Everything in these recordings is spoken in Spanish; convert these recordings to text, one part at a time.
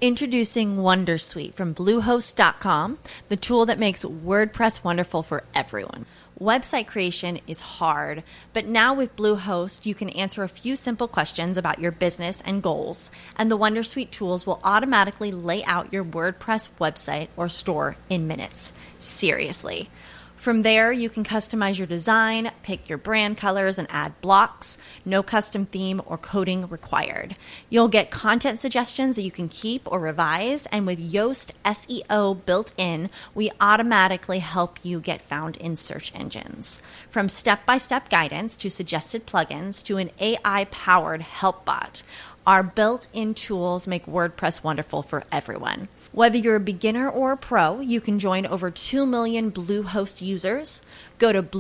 Introducing Wondersuite from Bluehost.com, the tool that makes WordPress wonderful for everyone. Website creation is hard, but now with Bluehost, you can answer a few simple questions about your business and goals, and the Wondersuite tools will automatically lay out your WordPress website or store in minutes. Seriously. From there, you can customize your design, pick your brand colors, and add blocks. No custom theme or coding required. You'll get content suggestions that you can keep or revise, and with Yoast SEO built in, we automatically help you get found in search engines. From step-by-step guidance to suggested plugins to an AI-powered help bot, our built-in tools make WordPress wonderful for everyone. Whether you're a beginner or a pro, you can join over 2 million Bluehost users. Go to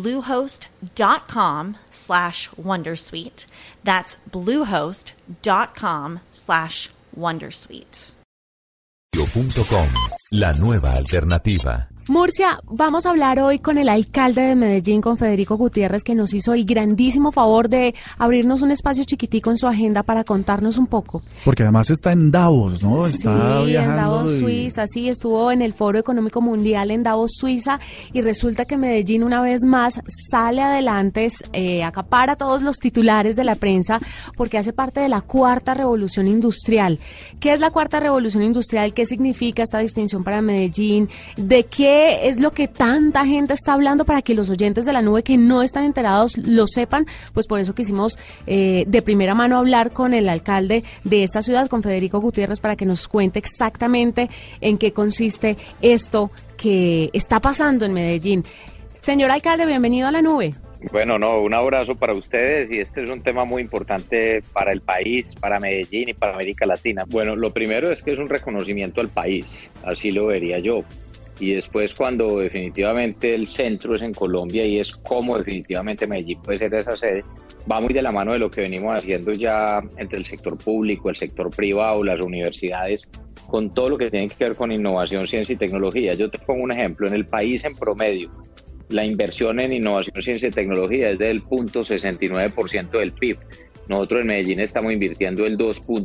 bluehost.com/wondersuite. That's bluehost.com/wondersuite. La nueva alternativa. Murcia, vamos a hablar hoy con el alcalde de Medellín, con Federico Gutiérrez, que nos hizo el grandísimo favor de abrirnos un espacio chiquitico en su agenda para contarnos un poco. Porque además está en Davos, ¿no? Está viajando en Davos, Suiza, sí, estuvo en el Foro Económico Mundial en Davos, Suiza, y resulta que Medellín una vez más sale adelante, acapara todos los titulares de la prensa, porque hace parte de la Cuarta Revolución Industrial. ¿Qué es la Cuarta Revolución Industrial? ¿Qué significa esta distinción para Medellín? ¿De qué es lo que tanta gente está hablando para que los oyentes de La Nube que no están enterados lo sepan? Pues por eso quisimos de primera mano hablar con el alcalde de esta ciudad, con Federico Gutiérrez, para que nos cuente exactamente en qué consiste esto que está pasando en Medellín. Señor alcalde, bienvenido a La Nube. Bueno, un abrazo para ustedes, y este es un tema muy importante para el país, para Medellín y para América Latina. Bueno, lo primero es que es un reconocimiento al país, así lo vería yo. Y después, cuando definitivamente el centro es en Colombia y es como definitivamente Medellín puede ser esa sede, va muy de la mano de lo que venimos haciendo ya entre el sector público, el sector privado, las universidades, con todo lo que tiene que ver con innovación, ciencia y tecnología. Yo te pongo un ejemplo: en el país en promedio, la inversión en innovación, ciencia y tecnología es del 0.69% del PIB. Nosotros en Medellín estamos invirtiendo el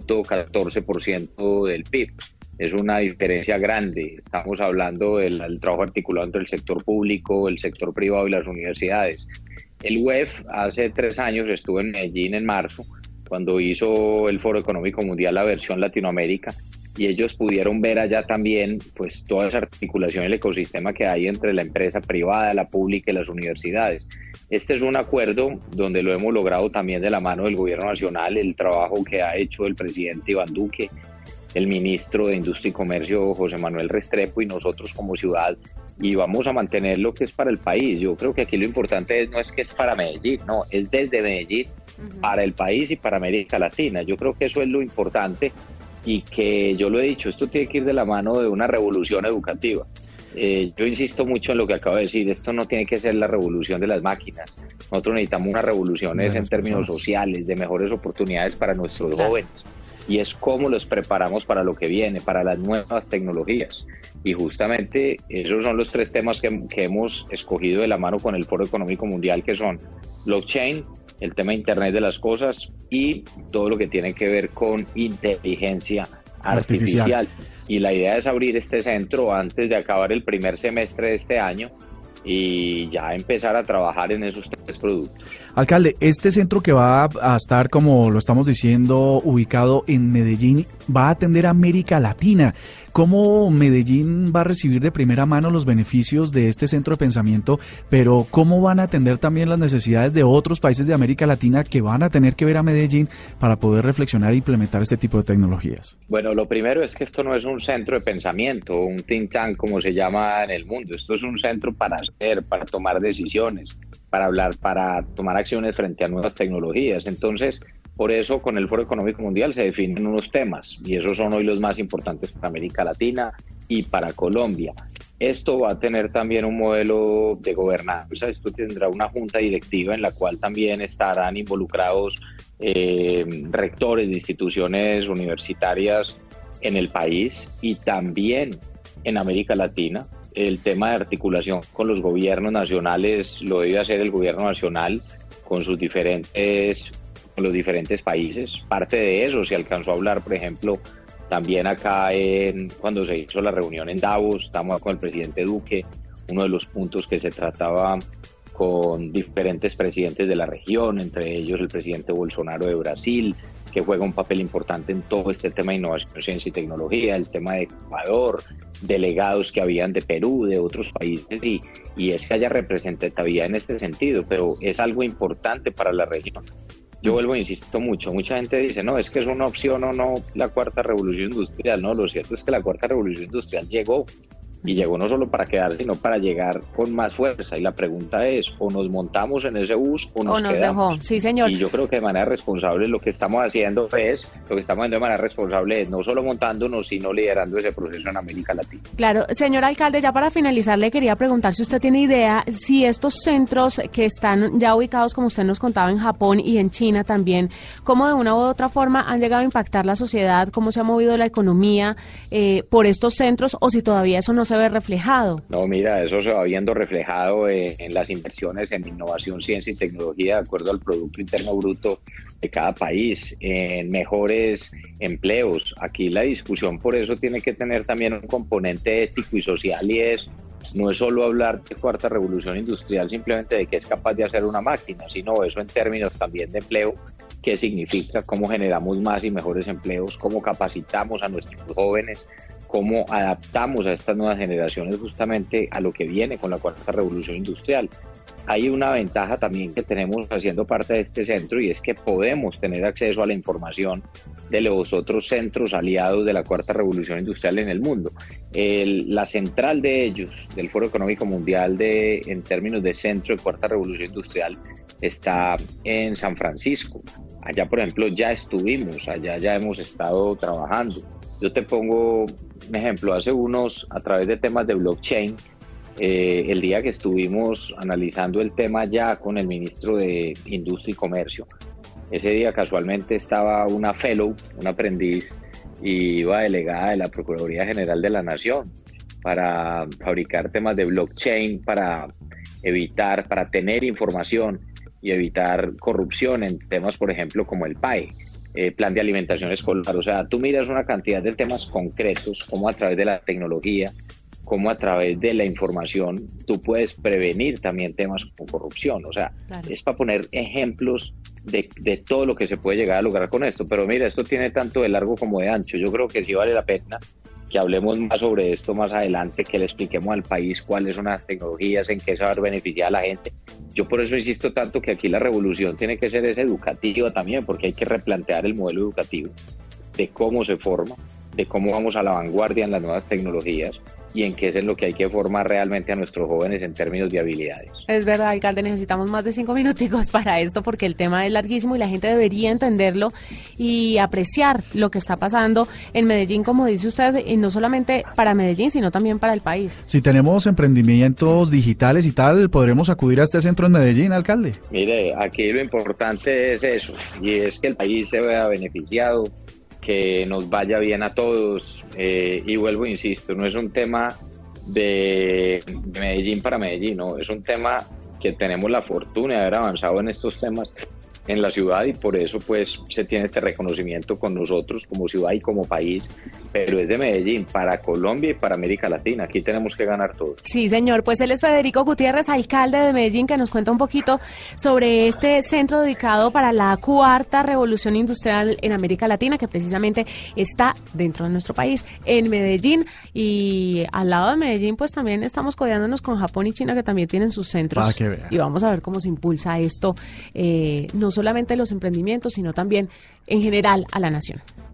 2.14% del PIB. Es una diferencia grande. Estamos hablando del trabajo articulado entre el sector público, el sector privado y las universidades. El WEF hace 3 años estuvo en Medellín en marzo, cuando hizo el Foro Económico Mundial, la versión Latinoamérica, y ellos pudieron ver allá también pues toda esa articulación y el ecosistema que hay entre la empresa privada, la pública y las universidades. Este es un acuerdo donde lo hemos logrado también de la mano del gobierno nacional, el trabajo que ha hecho el presidente Iván Duque, el ministro de Industria y Comercio José Manuel Restrepo y nosotros como ciudad, y vamos a mantener lo que es para el país. Yo creo que aquí lo importante no es que es para Medellín, no, es desde Medellín para el país y para América Latina. Yo creo que eso es lo importante, y que yo lo he dicho, esto tiene que ir de la mano de una revolución educativa. Yo insisto mucho en lo que acabo de decir, esto no tiene que ser la revolución de las máquinas. Nosotros necesitamos unas revoluciones en términos sociales, de mejores oportunidades para nuestros jóvenes. Y es cómo los preparamos para lo que viene, para las nuevas tecnologías. Y justamente esos son los 3 temas que hemos escogido de la mano con el Foro Económico Mundial, que son blockchain, el tema de Internet de las Cosas y todo lo que tiene que ver con inteligencia artificial. Y la idea es abrir este centro antes de acabar el primer semestre de este año y ya empezar a trabajar en esos 3 productos. Alcalde, este centro que va a estar, como lo estamos diciendo, ubicado en Medellín, va a atender a América Latina. ¿Cómo Medellín va a recibir de primera mano los beneficios de este centro de pensamiento, pero cómo van a atender también las necesidades de otros países de América Latina que van a tener que ver a Medellín para poder reflexionar e implementar este tipo de tecnologías? Bueno, lo primero es que esto no es un centro de pensamiento, un think tank como se llama en el mundo. Esto es un centro para hacer, para tomar decisiones, para hablar, para tomar acciones frente a nuevas tecnologías. Entonces, por eso con el Foro Económico Mundial se definen unos temas, y esos son hoy los más importantes para América Latina y para Colombia. Esto va a tener también un modelo de gobernanza. Esto tendrá una junta directiva en la cual también estarán involucrados rectores de instituciones universitarias en el país y también en América Latina. El tema de articulación con los gobiernos nacionales lo debe hacer el gobierno nacional con los diferentes países. Parte de eso se alcanzó a hablar, por ejemplo, También acá, cuando se hizo la reunión en Davos, estamos con el presidente Duque, uno de los puntos que se trataba con diferentes presidentes de la región, entre ellos el presidente Bolsonaro de Brasil, que juega un papel importante en todo este tema de innovación, ciencia y tecnología, el tema de Ecuador, delegados que habían de Perú, de otros países, y es que haya representatividad en este sentido, pero es algo importante para la región. Yo vuelvo e insisto mucho, mucha gente dice, no, es que es una opción o no la cuarta revolución industrial. No, lo cierto es que la cuarta revolución industrial llegó, y llegó no solo para quedar, sino para llegar con más fuerza. Y la pregunta es, o nos montamos en ese bus o nos quedamos. Dejó. Sí, señor. Y yo creo que de manera responsable lo que estamos haciendo de manera responsable es no solo montándonos, sino liderando ese proceso en América Latina. Claro, señor alcalde, ya para finalizar le quería preguntar si usted tiene idea si estos centros que están ya ubicados, como usted nos contaba, en Japón y en China también, cómo de una u otra forma han llegado a impactar la sociedad, cómo se ha movido la economía por estos centros, o si todavía eso no se ve reflejado. No, mira, eso se va viendo reflejado en las inversiones en innovación, ciencia y tecnología de acuerdo al Producto Interno Bruto de cada país, en mejores empleos. Aquí la discusión por eso tiene que tener también un componente ético y social, y no es solo hablar de cuarta revolución industrial simplemente de que es capaz de hacer una máquina, sino eso en términos también de empleo, qué significa, cómo generamos más y mejores empleos, cómo capacitamos a nuestros jóvenes, cómo adaptamos a estas nuevas generaciones justamente a lo que viene con la cuarta revolución industrial. Hay una ventaja también que tenemos haciendo parte de este centro, y es que podemos tener acceso a la información de los otros centros aliados de la cuarta revolución industrial en el mundo. La central de ellos, del Foro Económico Mundial en términos de centro de cuarta revolución industrial, está en San Francisco. Allá, por ejemplo, ya estuvimos, allá ya hemos estado trabajando. Yo te pongo un ejemplo, a través de temas de blockchain, el día que estuvimos analizando el tema ya con el ministro de Industria y Comercio, ese día casualmente estaba una fellow, una aprendiz, y iba delegada de la Procuraduría General de la Nación para fabricar temas de blockchain, para tener información y evitar corrupción en temas, por ejemplo, como el PAE. Plan de alimentación escolar. O sea, tú miras una cantidad de temas concretos, como a través de la tecnología, como a través de la información, tú puedes prevenir también temas como corrupción. O sea, claro, es para poner ejemplos de todo lo que se puede llegar a lograr con esto. Pero mira, esto tiene tanto de largo como de ancho. Yo creo que sí vale la pena que hablemos más sobre esto más adelante, que le expliquemos al país cuáles son las tecnologías, en qué se va a beneficiar a la gente. Yo por eso insisto tanto que aquí la revolución tiene que ser educativa también, porque hay que replantear el modelo educativo de cómo se forma, de cómo vamos a la vanguardia en las nuevas tecnologías, y en qué es en lo que hay que formar realmente a nuestros jóvenes en términos de habilidades. Es verdad, alcalde, necesitamos más de 5 minuticos para esto, porque el tema es larguísimo y la gente debería entenderlo y apreciar lo que está pasando en Medellín, como dice usted, y no solamente para Medellín, sino también para el país. Si tenemos emprendimientos digitales y tal, ¿podremos acudir a este centro en Medellín, alcalde? Mire, aquí lo importante es eso, y es que el país se vea beneficiado, que nos vaya bien a todos, y vuelvo, insisto, no es un tema de Medellín para Medellín, no, es un tema que tenemos la fortuna de haber avanzado en estos temas en la ciudad, y por eso pues se tiene este reconocimiento con nosotros como ciudad y como país, pero es de Medellín para Colombia y para América Latina. Aquí tenemos que ganar todos. Sí, señor. Pues él es Federico Gutiérrez, alcalde de Medellín, que nos cuenta un poquito sobre este centro dedicado para la cuarta revolución industrial en América Latina, que precisamente está dentro de nuestro país, en Medellín. Y al lado de Medellín, pues también estamos codeándonos con Japón y China, que también tienen sus centros. Y vamos a ver cómo se impulsa esto, no solamente los emprendimientos, sino también en general a la nación.